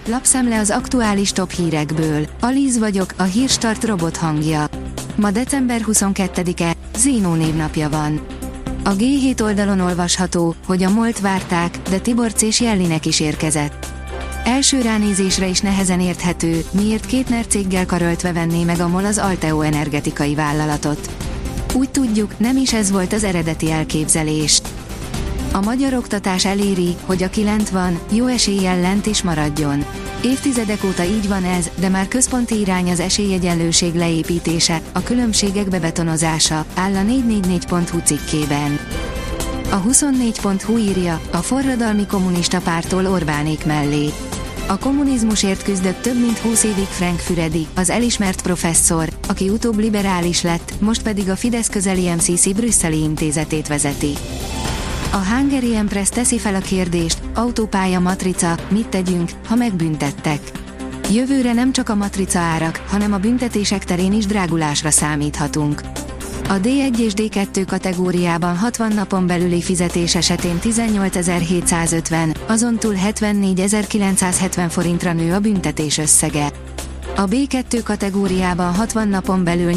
Lapszemle az aktuális top hírekből. Alíz vagyok, a Hírstart robot hangja. Ma december 22-e, Zénó névnapja van. A G7 oldalon olvasható, hogy a MOL-t várták, de Tiborcs és Jellinek is érkezett. Első ránézésre is nehezen érthető, miért két NER céggel karöltve venné meg a MOL az Alteo energetikai vállalatot. Úgy tudjuk, nem is ez volt az eredeti elképzelés. A magyar oktatás eléri, hogy aki lent van, jó eséllyel lent is maradjon. Évtizedek óta így van ez, de már központi irány az esélyegyenlőség leépítése, a különbségek bebetonozása, áll a 444.hu cikkében. A 24.hu írja, a forradalmi kommunista pártól Orbánék mellé. A kommunizmusért küzdött több mint 20 évig Frank Füredi, az elismert professzor, aki utóbb liberális lett, most pedig a Fidesz közeli MCC brüsszeli intézetét vezeti. A Hungary Empress teszi fel a kérdést, autópálya matrica, mit tegyünk, ha megbüntettek. Jövőre nem csak a matrica árak, hanem a büntetések terén is drágulásra számíthatunk. A D1 és D2 kategóriában 60 napon belüli fizetés esetén 18.750, azon túl 74.970 forintra nő a büntetés összege. A B2 kategóriában 60 napon belül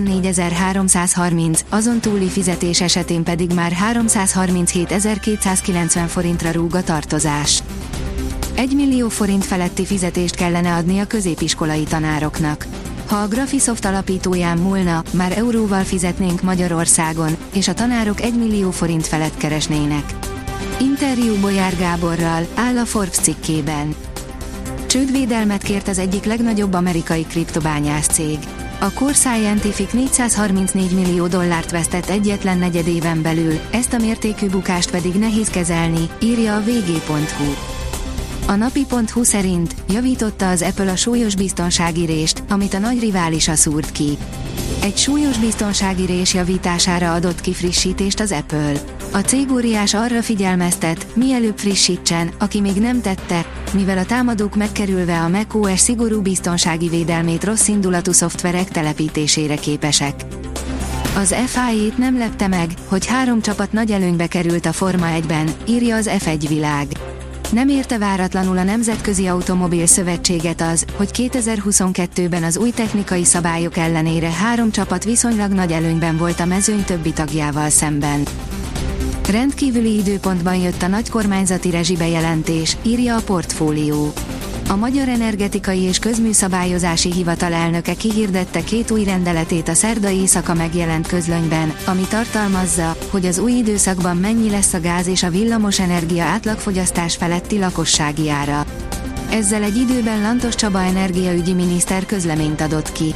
84.330, azon túli fizetés esetén pedig már 337.290 forintra rúg a tartozás. 1 millió forint feletti fizetést kellene adni a középiskolai tanároknak. Ha a Graphisoft alapítóján múlna, már euróval fizetnénk Magyarországon, és a tanárok 1 millió forint felett keresnének. Interjú Bolyár Gáborral, áll a Forbes cikkében. Csődvédelmet kért az egyik legnagyobb amerikai kriptobányász cég. A Core Scientific 434 millió dollárt vesztett egyetlen negyedéven belül, ezt a mértékű bukást pedig nehéz kezelni, írja a vg.hu. A napi.hu szerint javította az Apple a súlyos biztonsági rést, amit a nagy riválisa szúrt ki. Egy súlyos biztonsági rés javítására adott ki frissítést az Apple. A cégóriás arra figyelmeztet, mielőbb frissítsen, aki még nem tette, mivel a támadók megkerülve a macOS szigorú biztonsági védelmét rosszindulatú szoftverek telepítésére képesek. Az FIA-t nem lepte meg, hogy 3 csapat nagy előnybe került a Forma 1-ben, írja az F1 világ. Nem érte váratlanul a Nemzetközi Automobil Szövetséget az, hogy 2022-ben az új technikai szabályok ellenére 3 csapat viszonylag nagy előnyben volt a mezőny többi tagjával szemben. Rendkívüli időpontban jött a nagy kormányzati rezsibejelentés, írja a Portfólió. A Magyar Energetikai és Közműszabályozási Hivatal elnöke kihirdette 2 új rendeletét a szerda éjszaka megjelent közlönyben, ami tartalmazza, hogy az új időszakban mennyi lesz a gáz és a villamos energia átlagfogyasztás feletti lakossági ára. Ezzel egy időben Lantos Csaba energiaügyi miniszter közleményt adott ki.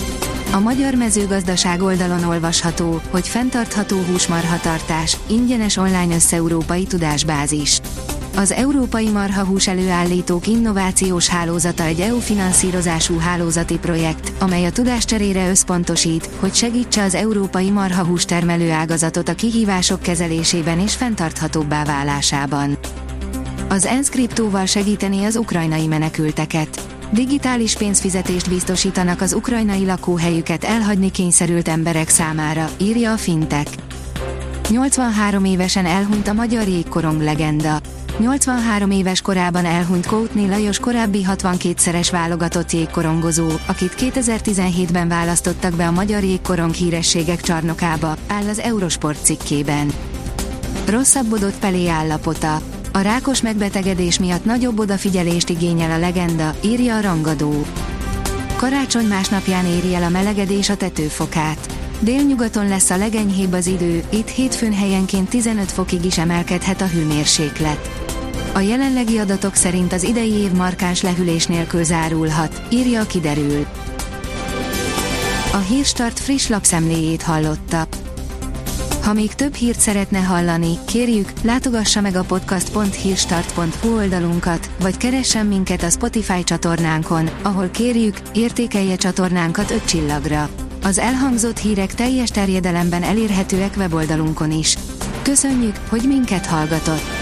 A Magyar Mezőgazdaság oldalon olvasható, hogy fenntartható húsmarhatartás, ingyenes online összeurópai tudásbázis. Az Európai Marhahús Előállítók Innovációs Hálózata egy EU finanszírozású hálózati projekt, amely a tudáscserére összpontosít, hogy segítse az európai marhahús termelő ágazatot a kihívások kezelésében és fenntarthatóbbá válásában. Az ENSZ kriptóval segíteni az ukrajnai menekülteket. Digitális pénzfizetést biztosítanak az ukrajnai lakóhelyüket elhagyni kényszerült emberek számára, írja a Fintech. 83 évesen elhunyt a magyar jégkorong legenda. 83 éves korában elhunyt Koutny Lajos korábbi 62-szeres válogatott jégkorongozó, akit 2017-ben választottak be a magyar jégkorong hírességek csarnokába, áll az Eurosport cikkében. Rosszabbodott Pelé állapota. A rákos megbetegedés miatt nagyobb odafigyelést igényel a legenda, írja a Rangadó. Karácsony másnapján éri el a melegedés a tetőfokát. Délnyugaton lesz a legenyhébb az idő, itt hétfőn helyenként 15 fokig is emelkedhet a hőmérséklet. A jelenlegi adatok szerint az idei év markáns lehűlés nélkül zárulhat, írja a Kiderül. A Hírstart friss lapszemléjét hallotta. Ha még több hírt szeretne hallani, kérjük, látogassa meg a podcast.hírstart.hu oldalunkat, vagy keressen minket a Spotify csatornánkon, ahol kérjük, értékelje csatornánkat 5 csillagra. Az elhangzott hírek teljes terjedelemben elérhetőek weboldalunkon is. Köszönjük, hogy minket hallgatott!